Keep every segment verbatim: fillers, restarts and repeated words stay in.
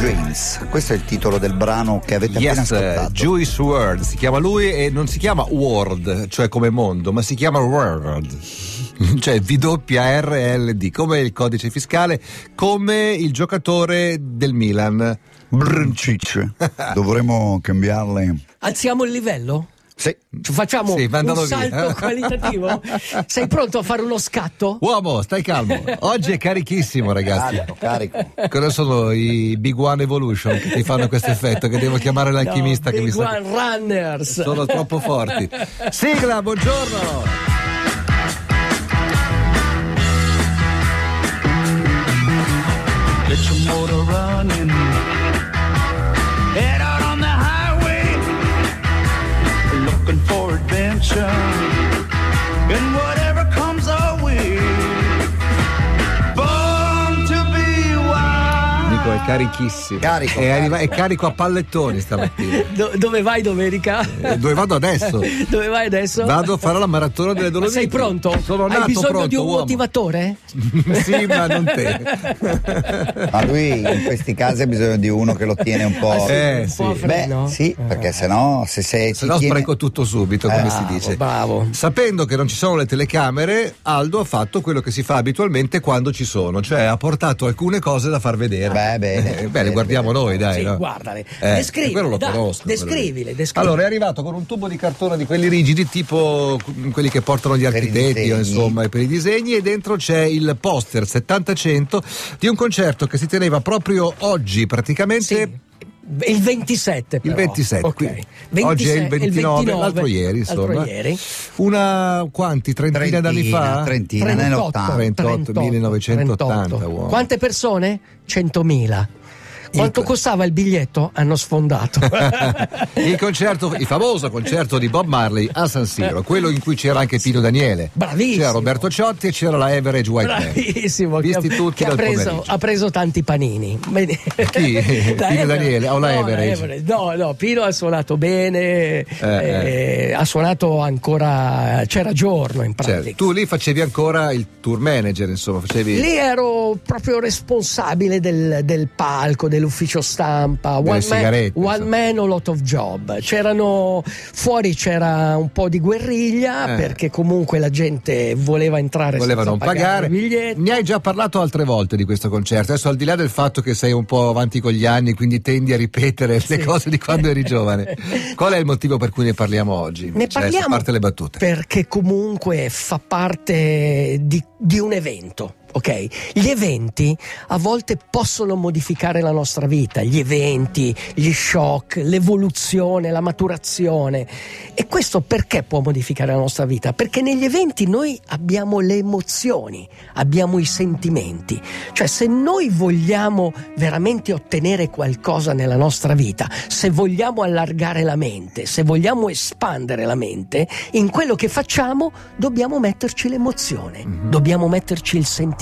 Dreams. Questo è il titolo del brano che avete yes, appena ascoltato. Juice world, si chiama lui e non si chiama World, cioè come mondo, ma si chiama World. Cioè V W R L D, come il codice fiscale, come il giocatore del Milan. Brncic. Dovremmo cambiarle. Alziamo il livello? Sì. Facciamo sì, un via. salto qualitativo? Sei pronto a fare uno scatto? Uomo, stai calmo. Oggi è carichissimo, ragazzi. Carico, carico. Cosa sono i Big One Evolution che ti fanno questo effetto? Che devo chiamare l'alchimista no, che Big mi sa. One Runners. Sono troppo forti. Sigla, buongiorno. Get your motor running. Head out on the highway, looking for adventure, and whatever comes our way. Born to be wild. Nico è carichissimo. Carico, è, carico. Arriva, è carico a pallettoni stamattina. Do- dove vai domenica? Eh, dove vado adesso? Dove vai adesso? Vado a fare la maratona delle Dolomiti. Sei pronto? Sono Hai nato bisogno pronto, di un uomo. motivatore? Sì, ma non te. Ma lui in questi casi ha bisogno di uno che lo tiene un po'. Ah, sì, Eh, un sì. po' a Beh, freno? sì, perché sennò se sei Se no tiene... spreco tutto subito, come Eh, si Bravo, dice. bravo. Sapendo che non ci sono le telecamere, Aldo ha fatto quello che si fa abitualmente quando ci sono, cioè ha portato alcune cose da far vedere. Beh, bene, Eh, beh, bene, le guardiamo bene. noi, dai. Sì, no? guardale. Eh, Descrivile, quello lo dai, conosco. quello lì. descrivile, descrivile. Allora, è arrivato con un tubo di cartone di quelli rigidi, tipo quelli che portano gli Per i architetti, o, disegni. insomma, per i disegni, e dentro c'è il poster settanta cento di un concerto che si teneva proprio oggi, praticamente. Sì. Il ventisette però. Il ventisette, Ok. quindi. ventisei, Oggi è il ventinove, ventinove, l'altro ieri, insomma. l'altro ieri. Una quanti? Trentina d'anni fa? Trentina, nell'ottanta. trentotto, millenovecentottanta, uomo. Quante persone? centomila. Quanto Il- costava il biglietto? Hanno sfondato. Il concerto, il famoso concerto di Bob Marley a San Siro, quello in cui c'era anche Pino Daniele. Bravissimo. C'era Roberto Ciotti e c'era la Average White Band. Bravissimo. Visti che, tutti che ha, dal preso, pomeriggio. ha preso tanti panini. Vedi? Chi? La Pino Aver- Daniele o la no, Average? Average. No, no, Pino ha suonato bene, eh, ha suonato ancora, c'era giorno in pratica. Certo. Tu lì facevi ancora il tour manager, insomma, facevi. Lì ero proprio responsabile del, del palco, dell'ufficio stampa, one, man, sigarette, one insomma. man, a lot of job. C'erano fuori c'era un po' di guerriglia Eh. perché comunque la gente voleva entrare Voleva senza non pagare. i biglietti. Ne hai già parlato altre volte di questo concerto. Adesso, al di là del fatto che sei un po' avanti con gli anni, quindi tendi a ripetere le cose di quando eri giovane, qual è il motivo per cui ne parliamo oggi? Ne Cioè, parliamo a parte le battute. perché comunque fa parte di, di un evento. Ok, gli eventi a volte possono modificare la nostra vita, gli eventi, gli shock, l'evoluzione, la maturazione. E questo perché può modificare la nostra vita? Perché negli eventi noi abbiamo le emozioni, abbiamo i sentimenti. Cioè, se noi vogliamo veramente ottenere qualcosa nella nostra vita, se vogliamo allargare la mente, se vogliamo espandere la mente, in quello che facciamo dobbiamo metterci l'emozione, mm-hmm. dobbiamo metterci il sentimento.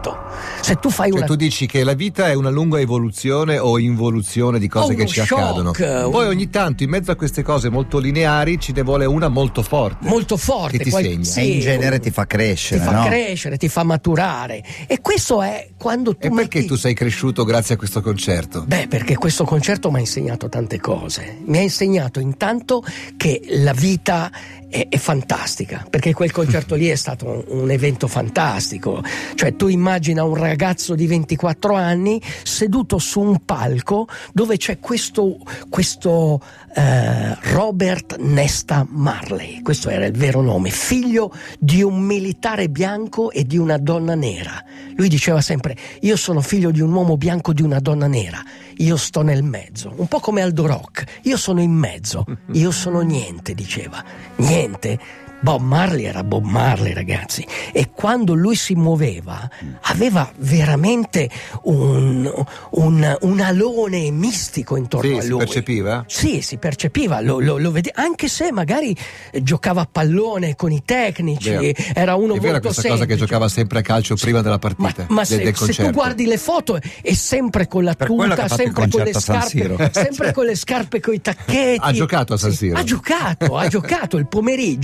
Se tu fai Cioè, una tu dici che la vita è una lunga evoluzione o involuzione di cose O che uno ci shock, accadono. un- Poi ogni tanto in mezzo a queste cose molto lineari ce ne vuole una molto forte. molto forte, Che ti qual- segna. sì, E in genere ti fa ti crescere, fa no? crescere, ti fa maturare. E questo è quando tu E perché metti- tu sei cresciuto grazie a questo concerto? Beh, perché questo concerto mi ha insegnato tante cose. Mi ha insegnato intanto che la vita è, è fantastica, perché quel concerto lì è stato un, un evento fantastico. Cioè, tu immagina un ragazzo di ventiquattro anni seduto su un palco dove c'è questo, questo eh, Robert Nesta Marley, questo era il vero nome, figlio di un militare bianco e di una donna nera. Lui diceva sempre: io sono figlio di un uomo bianco e di una donna nera, io sto nel mezzo, un po' come Aldo Rock, io sono in mezzo, io sono niente, diceva, niente. Bob Marley era Bob Marley, ragazzi, e quando lui si muoveva aveva veramente un, un, un alone mistico intorno Sì, a si lui. percepiva? Sì, si percepiva, lo, lo, lo vede- anche se magari eh, giocava a pallone con i tecnici, Vero. era uno È vera molto questa semplice. cosa che giocava sempre a calcio prima della Ma, partita, ma del, se, del se concerto. tu guardi le foto è sempre con la Per quello che tuta, ha fatto il sempre con le concerto a San scarpe, sempre con le scarpe coi tacchetti. Ha giocato a San Siro. Ha giocato, ha giocato il pomeriggio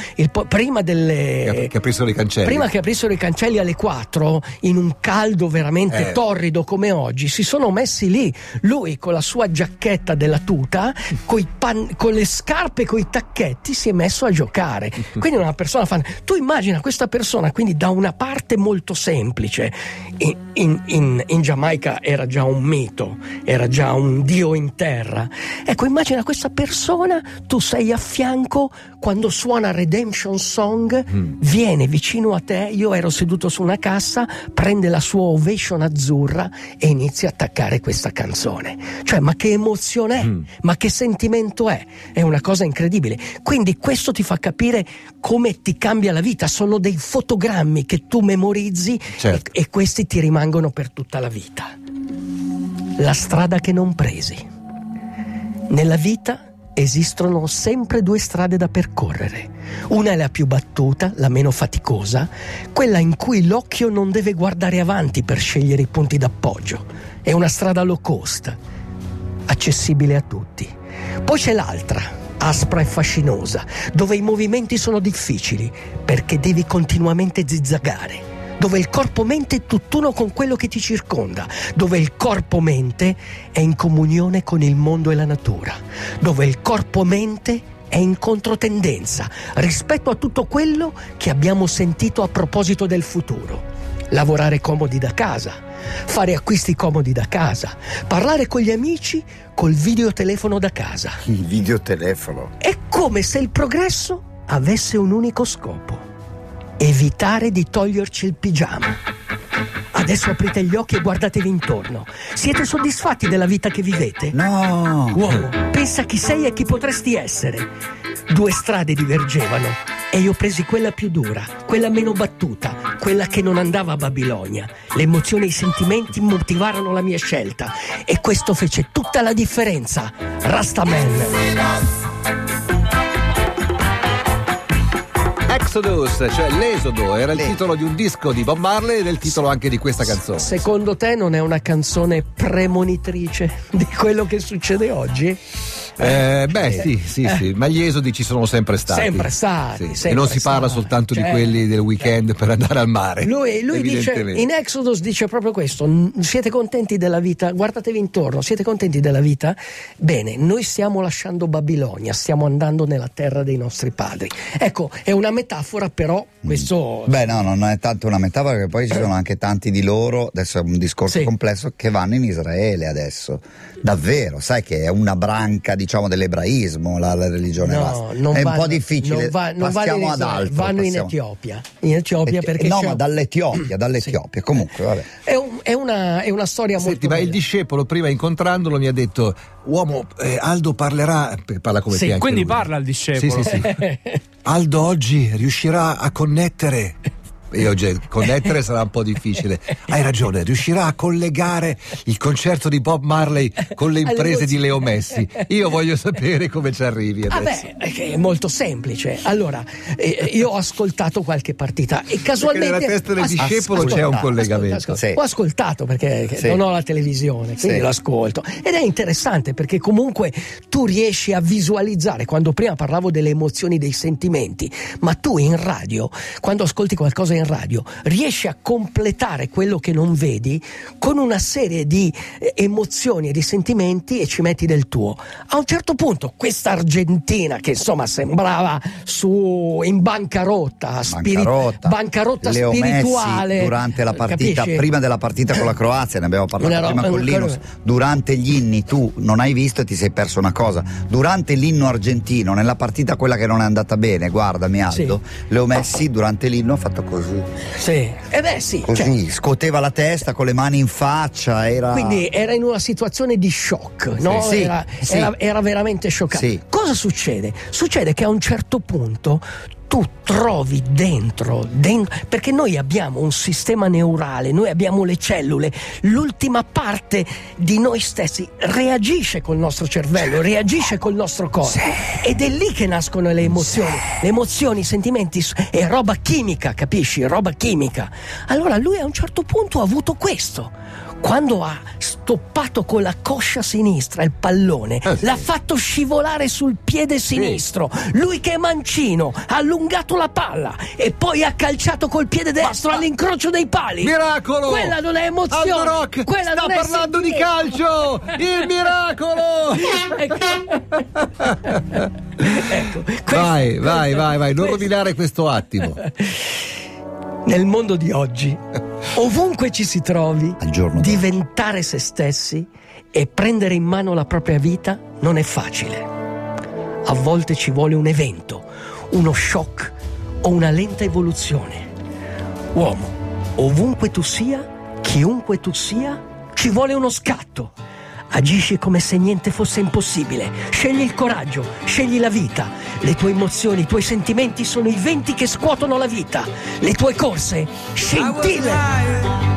il po- prima delle che, che aprissero i cancelli. Prima che aprissero i cancelli alle quattro, in un caldo veramente eh. torrido come oggi, si sono messi lì. Lui con la sua giacchetta della tuta, coi pan- con le scarpe, coi tacchetti, si è messo a giocare. Quindi una persona fan. Tu immagina questa persona, quindi da una parte molto semplice, in, in, in, in Giamaica era già un mito, era già un dio in terra. Ecco, immagina questa persona, tu sei a fianco quando suona Redemption Song, mm. viene vicino a te, io ero seduto su una cassa, prende la sua Ovation azzurra e inizia a attaccare questa canzone. Cioè, ma che emozione è? Mm. Ma che sentimento è? È una cosa incredibile. Quindi questo ti fa capire come ti cambia la vita. Sono dei fotogrammi che tu memorizzi, certo. e, e questi ti rimangono per tutta la vita. La strada che non presi. Nella vita esistono sempre due strade da percorrere. Una è la più battuta, la meno faticosa, quella in cui l'occhio non deve guardare avanti per scegliere i punti d'appoggio. È una strada low cost, accessibile a tutti. Poi c'è l'altra, aspra e fascinosa, dove i movimenti sono difficili perché devi continuamente zizzagare, dove il corpo-mente è tutt'uno con quello che ti circonda, dove il corpo-mente è in comunione con il mondo e la natura, dove il corpo-mente è in controtendenza rispetto a tutto quello che abbiamo sentito a proposito del futuro. Lavorare comodi da casa, fare acquisti comodi da casa, parlare con gli amici col videotelefono da casa. Il videotelefono. È come se il progresso avesse un unico scopo: evitare di toglierci il pigiama. Adesso aprite gli occhi e guardatevi intorno. Siete soddisfatti della vita che vivete? No! Uomo, pensa chi sei e chi potresti essere. Due strade divergevano e io presi quella più dura, quella meno battuta, quella che non andava a Babilonia. Le emozioni e i sentimenti motivarono la mia scelta e questo fece tutta la differenza. Rastaman. Exodus, cioè l'esodo, era il titolo di un disco di Bob Marley ed è il titolo anche di questa canzone. Secondo te non è una canzone premonitrice di quello che succede oggi? Eh, beh, sì, sì, sì, ma gli esodi ci sono sempre stati. Sempre stati. Sì. Sempre e non si parla stati. soltanto cioè, di quelli del weekend cioè, per andare al mare. Lui, lui dice, in Exodus dice proprio questo: siete contenti della vita? Guardatevi intorno, siete contenti della vita? Bene, noi stiamo lasciando Babilonia, stiamo andando nella terra dei nostri padri. Ecco, è una metafora, però questo... Beh, no, non è tanto una metafora, perché poi ci sono anche tanti di loro, adesso è un discorso sì. complesso, che vanno in Israele adesso. Davvero, sai che è una branca, diciamo, dell'ebraismo la, la religione no, vasta. Non è vanno, un po' difficile, non va, non passiamo vanno ad altro. Vanno passiamo. in Etiopia, in Etiopia Eti- perché no, c'è... ma dall'Etiopia, dall'Etiopia, sì. comunque, vabbè. È, un, è, una, è una storia Senti, molto ma bella. il discepolo prima incontrandolo mi ha detto: uomo, eh, Aldo parlerà, parla come sì, te anche quindi lui. parla il discepolo. Sì, sì, sì. Aldo oggi riuscirà a connettere. Io oggi connettere sarà un po' difficile. Hai ragione, riuscirà a collegare il concerto di Bob Marley con le imprese di Leo Messi. Io voglio sapere come ci arrivi adesso. Ah beh, è molto semplice. Allora, eh, io ho ascoltato qualche partita e casualmente perché nella testa del as- discepolo ascolta, c'è un ascolta, collegamento. ascolta. Sì. Ho ascoltato perché Sì. non ho la televisione, quindi Sì. lo ascolto. Ed è interessante perché comunque tu riesci a visualizzare, quando prima parlavo delle emozioni, dei sentimenti, ma tu in radio, quando ascolti qualcosa in radio, riesci a completare quello che non vedi con una serie di eh, emozioni e di sentimenti e ci metti del tuo. A un certo punto questa Argentina, che insomma sembrava su in bancarotta, spiri- Bancarotta, bancarotta Leo spirituale Messi durante la partita, capisci? prima della partita con la Croazia, ne abbiamo parlato Una prima roba- con Linus, durante gli inni tu non hai visto e ti sei perso una cosa. Durante l'inno argentino, nella partita quella che non è andata bene, guardami Aldo, Sì. Leo Messi durante l'inno ha fatto così. Sì. Eh beh sì, Così, cioè, scuoteva la testa con le mani in faccia, era... quindi era in una situazione di shock, no? Sì, era, sì. era, era veramente scioccante. Sì. Cosa succede? Succede che a un certo punto tu trovi dentro, dentro, perché noi abbiamo un sistema neurale, noi abbiamo le cellule, l'ultima parte di noi stessi reagisce col nostro cervello, reagisce col nostro corpo, sì. Ed è lì che nascono le emozioni, sì. Le emozioni, i sentimenti, è roba chimica, capisci? Roba chimica. Allora lui a un certo punto ha avuto questo. Quando ha stoppato con la coscia sinistra il pallone, eh sì. l'ha fatto scivolare sul piede sinistro. Lui che è mancino, ha allungato allungato la palla e poi ha calciato col piede destro all'incrocio dei pali. Miracolo! Quella non è emozione. Aldo Rock Quella sta non è parlando di sentimento. calcio! Il miracolo! Ecco, questo- Vai, vai, vai, vai, non questo- rovinare questo attimo. Nel mondo di oggi, ovunque ci si trovi, Al giorno d'oggi. diventare se stessi e prendere in mano la propria vita non è facile. A volte ci vuole un evento, uno shock o una lenta evoluzione. Uomo, ovunque tu sia, chiunque tu sia, ci vuole uno scatto. Agisci come se niente fosse impossibile. Scegli il coraggio, scegli la vita. Le tue emozioni, i tuoi sentimenti sono i venti che scuotono la vita. Le tue corse scintille.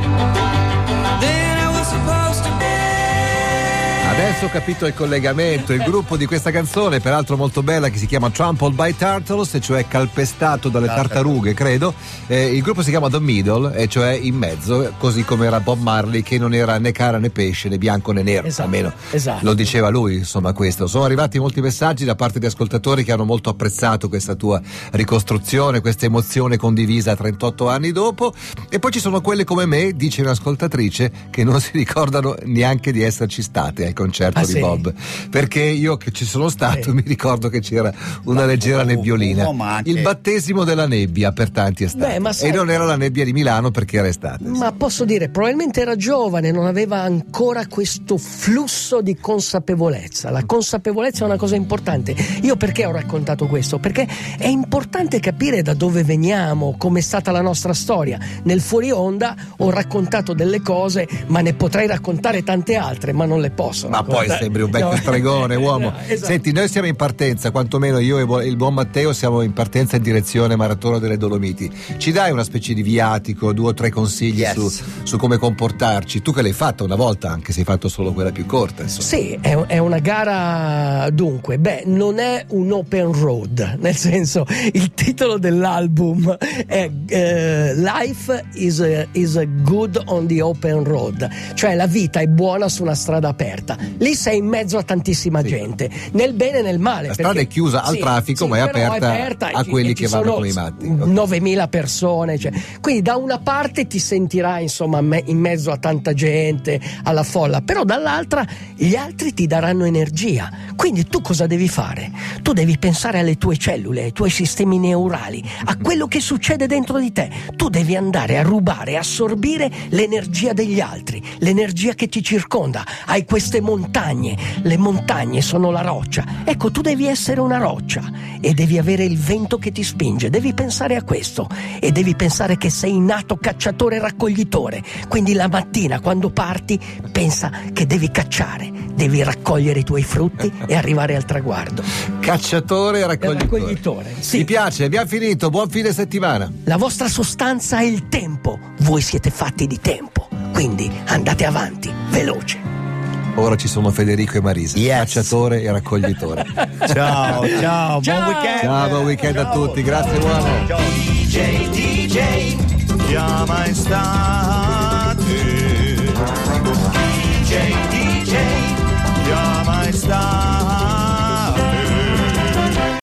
Adesso ho capito il collegamento, il gruppo di questa canzone, peraltro molto bella, che si chiama Trampled by Turtles, e cioè calpestato dalle tartarughe, credo. Eh, il gruppo si chiama The Middle, e cioè in mezzo, così come era Bob Marley, che non era né cara né pesce, né bianco né nero, Esatto, almeno esatto. lo diceva lui, insomma, questo. Sono arrivati molti messaggi da parte di ascoltatori che hanno molto apprezzato questa tua ricostruzione, questa emozione condivisa trentotto anni dopo, e poi ci sono quelle come me, dice un'ascoltatrice, che non si ricordano neanche di esserci state al concerto Ah, di sì? Bob, perché io che ci sono stato Sì. mi ricordo che c'era una leggera nebbiolina, no, ma anche- il battesimo della nebbia per tanti è stato. Beh, ma sai- e non era la nebbia di Milano perché era estate. Ma posso dire, probabilmente era giovane, non aveva ancora questo flusso di consapevolezza. La consapevolezza è una cosa importante. Io perché ho raccontato questo? Perché è importante capire da dove veniamo, come è stata la nostra storia. Nel fuori onda ho raccontato delle cose, ma ne potrei raccontare tante altre, ma non le posso Ma poi raccontare. sembri un vecchio No. stregone, uomo. No, esatto. Senti, noi siamo in partenza, quantomeno io e il buon Matteo siamo in partenza in direzione Maratona delle Dolomiti. Ci dai una specie di viatico, due o tre consigli Yes. su, su come comportarci? Tu che l'hai fatta una volta, anche se hai fatto solo quella più corta, insomma. Sì, è, è una gara, dunque, beh, non è un open road, nel senso, il titolo dell'album è eh, Life is, a, is a good on the open road, cioè la vita è buona su una strada aperta. Lì sei in mezzo a tantissima Sì. gente, nel bene e nel male. La strada perché- è chiusa al sì, traffico, sì, ma è però aperta a e ci- quelli e ci che vanno sono come i matti. novemila persone, cioè. Quindi da una parte ti sentirai insomma me- in mezzo a tanta gente, alla folla, però dall'altra gli altri ti daranno energia. Quindi tu cosa devi fare? Tu devi pensare alle tue cellule, ai tuoi sistemi neurali, a quello che succede dentro di te. Tu devi andare a rubare, assorbire l'energia degli altri, l'energia che ti circonda. Hai queste montagne, le montagne sono la roccia. Ecco, tu devi essere una roccia e devi avere il vento che ti spinge. Devi pensare a questo e devi pensare che sei nato cacciatore e raccoglitore. Quindi la mattina quando parti pensa che devi cacciare, devi raccogliere i tuoi frutti e arrivare al traguardo. Cacciatore e E raccoglitore. raccoglitore, sì. Mi piace, abbiamo finito, buon fine settimana. La vostra sostanza è il tempo. Voi siete fatti di tempo. Quindi andate avanti, veloce. Ora ci sono Federico e Marisa, Yes. cacciatore e raccoglitore. Ciao, ciao, buon Ciao. weekend. Ciao, buon weekend a tutti, grazie uomo. D J, D J, chiama estate. D J, D J.